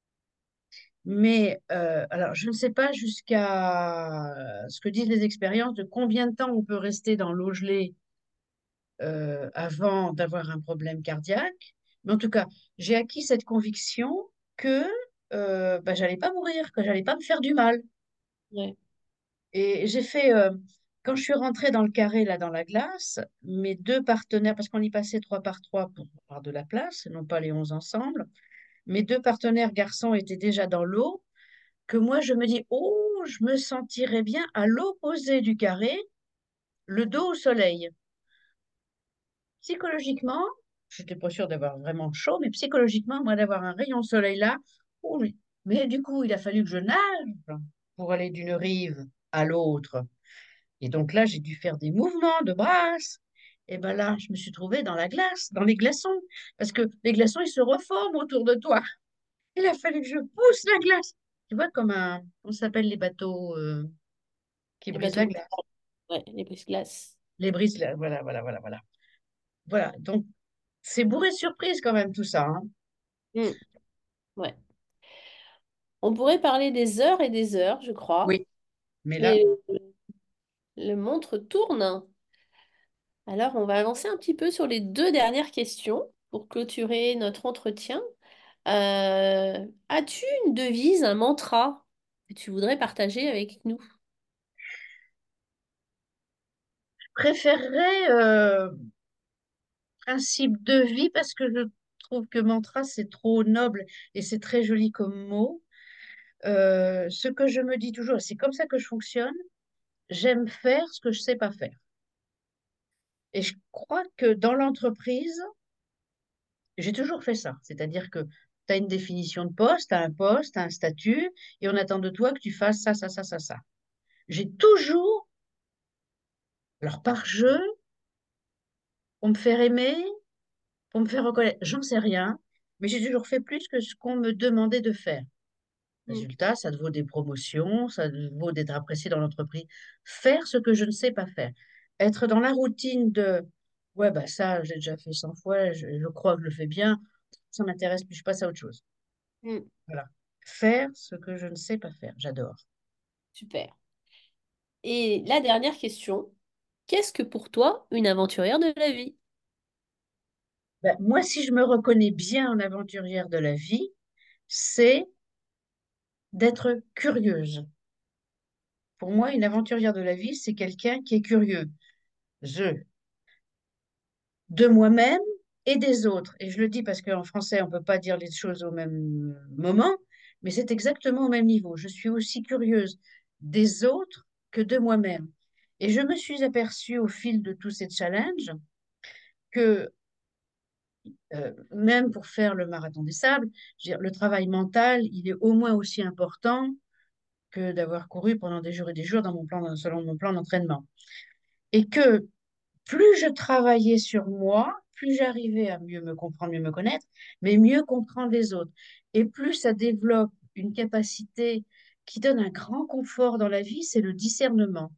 mais euh, alors je ne sais pas jusqu'à ce que disent les expériences de combien de temps on peut rester dans l'eau gelée euh, avant d'avoir un problème cardiaque. Mais en tout cas, j'ai acquis cette conviction que euh, bah, j'allais pas mourir, que j'allais pas me faire du mal. Ouais. Et j'ai fait, euh, quand je suis rentrée dans le carré, là, dans la glace, mes deux partenaires, parce qu'on y passait trois par trois pour avoir de la place, non pas les onze ensemble, mes deux partenaires garçons étaient déjà dans l'eau, que moi, je me dis, oh, je me sentirais bien à l'opposé du carré, le dos au soleil. Psychologiquement, je n'étais pas sûre d'avoir vraiment chaud, mais psychologiquement, moi, d'avoir un rayon de soleil là, oh oui. Mais du coup, il a fallu que je nage pour aller d'une rive à l'autre. Et donc là, j'ai dû faire des mouvements de brasse. Et ben là, je me suis trouvée dans la glace, dans les glaçons, parce que les glaçons, ils se reforment autour de toi. Il a fallu que je pousse la glace. Tu vois, comme un, on s'appelle les bateaux euh, qui Les brisent bateaux la de glace. ouais, les brise-glaces. Les brises, là, voilà, voilà, voilà, voilà. Voilà, donc c'est bourré de surprises quand même tout ça, hein. Mm. Ouais. On pourrait parler des heures et des heures, je crois, Oui, mais là, mais le montre tourne. Alors, on va avancer un petit peu sur les deux dernières questions pour clôturer notre entretien. Euh, as-tu une devise, un mantra que tu voudrais partager avec nous? je préférerais euh, principe de vie parce que je trouve que mantra, c'est trop noble et c'est très joli comme mot. Euh, ce que je me dis toujours, c'est comme ça que je fonctionne, j'aime faire ce que je sais pas faire. Et je crois que dans l'entreprise, j'ai toujours fait ça. C'est-à-dire que tu as une définition de poste, tu as un poste, tu as un statut, et on attend de toi que tu fasses ça, ça, ça, ça, ça. J'ai toujours, alors par jeu, pour me faire aimer, pour me faire reconnaître, j'en sais rien, mais j'ai toujours fait plus que ce qu'on me demandait de faire. Mm. Résultat, ça te vaut des promotions, ça te vaut d'être apprécié dans l'entreprise. Faire ce que je ne sais pas faire. Être dans la routine de ouais, bah ça, j'ai déjà fait cent fois, je, je crois que je le fais bien, ça m'intéresse, puis je passe à autre chose. Mm. Voilà. Faire ce que je ne sais pas faire, j'adore. Super. Et la dernière question, qu'est-ce que pour toi une aventurière de la vie? Ben, moi, si je me reconnais bien en aventurière de la vie, c'est d'être curieuse. Pour moi, une aventurière de la vie, c'est quelqu'un qui est curieux. Je, de moi-même et des autres. Et je le dis parce qu'en français, on ne peut pas dire les choses au même moment, mais c'est exactement au même niveau. Je suis aussi curieuse des autres que de moi-même. Et je me suis aperçue au fil de tous ces challenges que euh, même pour faire le marathon des sables, je veux dire, le travail mental, il est au moins aussi important que d'avoir couru pendant des jours et des jours dans mon plan, selon mon plan d'entraînement. Et que plus je travaillais sur moi, plus j'arrivais à mieux me comprendre, mieux me connaître, mais mieux comprendre les autres. Et plus ça développe une capacité qui donne un grand confort dans la vie, c'est le discernement.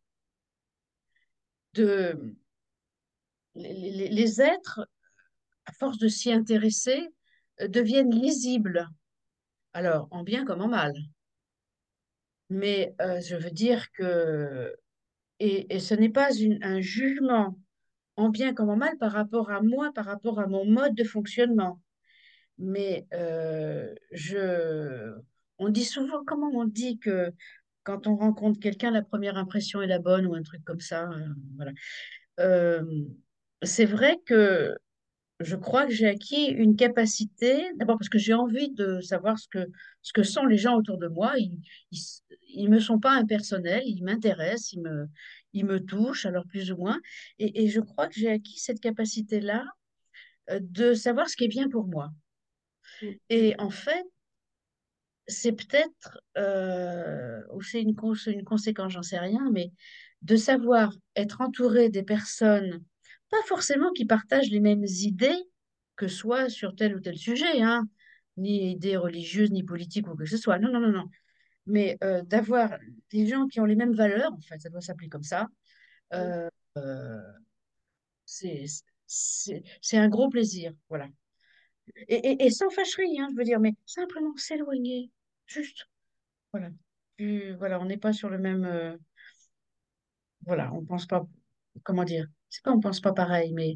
De, les, les- les êtres, à force de s'y intéresser, euh, deviennent lisibles, alors en bien comme en mal. Mais euh, je veux dire que, et, et ce n'est pas une- un jugement en bien comme en mal par rapport à moi, par rapport à mon mode de fonctionnement. Mais euh, je, on dit souvent, comment on dit que quand on rencontre quelqu'un, la première impression est la bonne ou un truc comme ça. euh, voilà. Euh, c'est vrai que je crois que j'ai acquis une capacité, d'abord parce que j'ai envie de savoir ce que, ce que sont les gens autour de moi. Ils, ils, s- ils me sont pas impersonnels, ils m'intéressent, ils me, ils me touchent, alors plus ou moins. Et, et je crois que j'ai acquis cette capacité-là euh, de savoir ce qui est bien pour moi. Mm. Et en fait, c'est peut-être, euh, ou c'est une, cons- une conséquence, j'en sais rien, mais de savoir être entouré des personnes, pas forcément qui partagent les mêmes idées que soi sur tel ou tel sujet, hein, ni idées religieuses, ni politiques ou que ce soit. Non, non, non, non. Mais euh, d'avoir des gens qui ont les mêmes valeurs, en fait, ça doit s'appeler comme ça, euh, euh, c'est, c'est, c'est un gros plaisir, voilà. Et, et, et sans fâcherie, hein, je veux dire, mais simplement s'éloigner, juste. Voilà. Plus- voilà, on n'est pas sur le même. euh, voilà, on pense pas. Comment dire? C'est pas on pense pas pareil, mais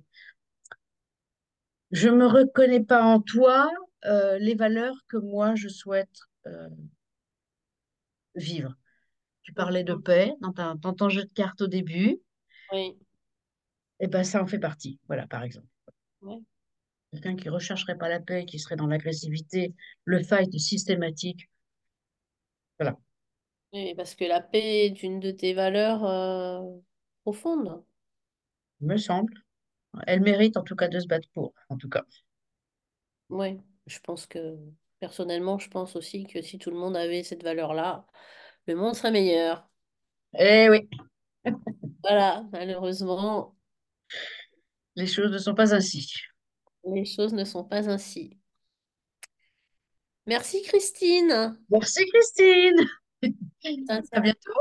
je me reconnais pas en toi euh, les valeurs que moi je souhaite euh, vivre. Tu Mm. parlais de paix dans, ta- dans ton jeu de cartes au début, Oui. et ben ça en fait partie. Voilà, par exemple. Ouais. Quelqu'un qui rechercherait pas la paix, qui serait dans l'agressivité, le fight systématique. Voilà, Oui, parce que la paix est une de tes valeurs euh, profondes. il me semble. Elle mérite en tout cas de se battre pour, en tout cas. Oui, je pense que personnellement, je pense aussi que si tout le monde avait cette valeur-là, le monde serait meilleur. Eh oui, Voilà, malheureusement, les choses ne sont pas ainsi. les choses ne sont pas ainsi. Merci Christine. Merci Christine. À Sincèrement. bientôt.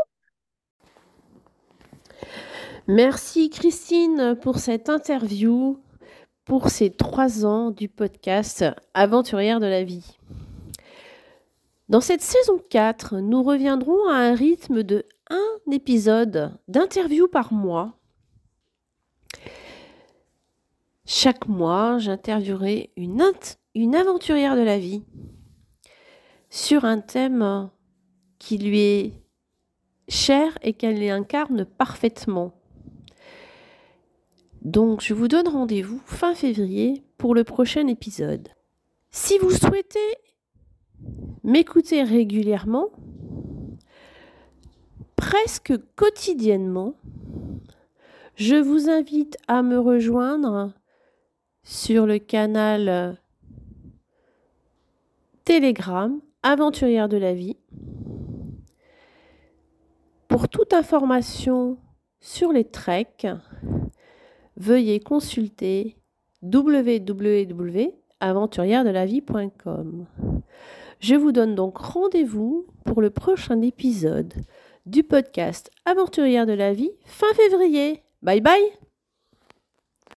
Merci Christine pour cette interview, pour ces trois ans du podcast Aventurière de la vie. Dans cette saison quatre, nous reviendrons à un rythme de un épisode d'interview par mois. Chaque mois, j'interviewerai une, int- une aventurière de la vie sur un thème qui lui est cher et qu'elle incarne parfaitement. Donc, je vous donne rendez-vous fin février pour le prochain épisode. Si vous souhaitez m'écouter régulièrement, presque quotidiennement, je vous invite à me rejoindre sur le canal Telegram Aventurière de la vie. Pour toute information sur les treks, veuillez consulter w w w point aventurière de la vie point com. Je vous donne donc rendez-vous pour le prochain épisode du podcast Aventurière de la vie fin février. Bye bye!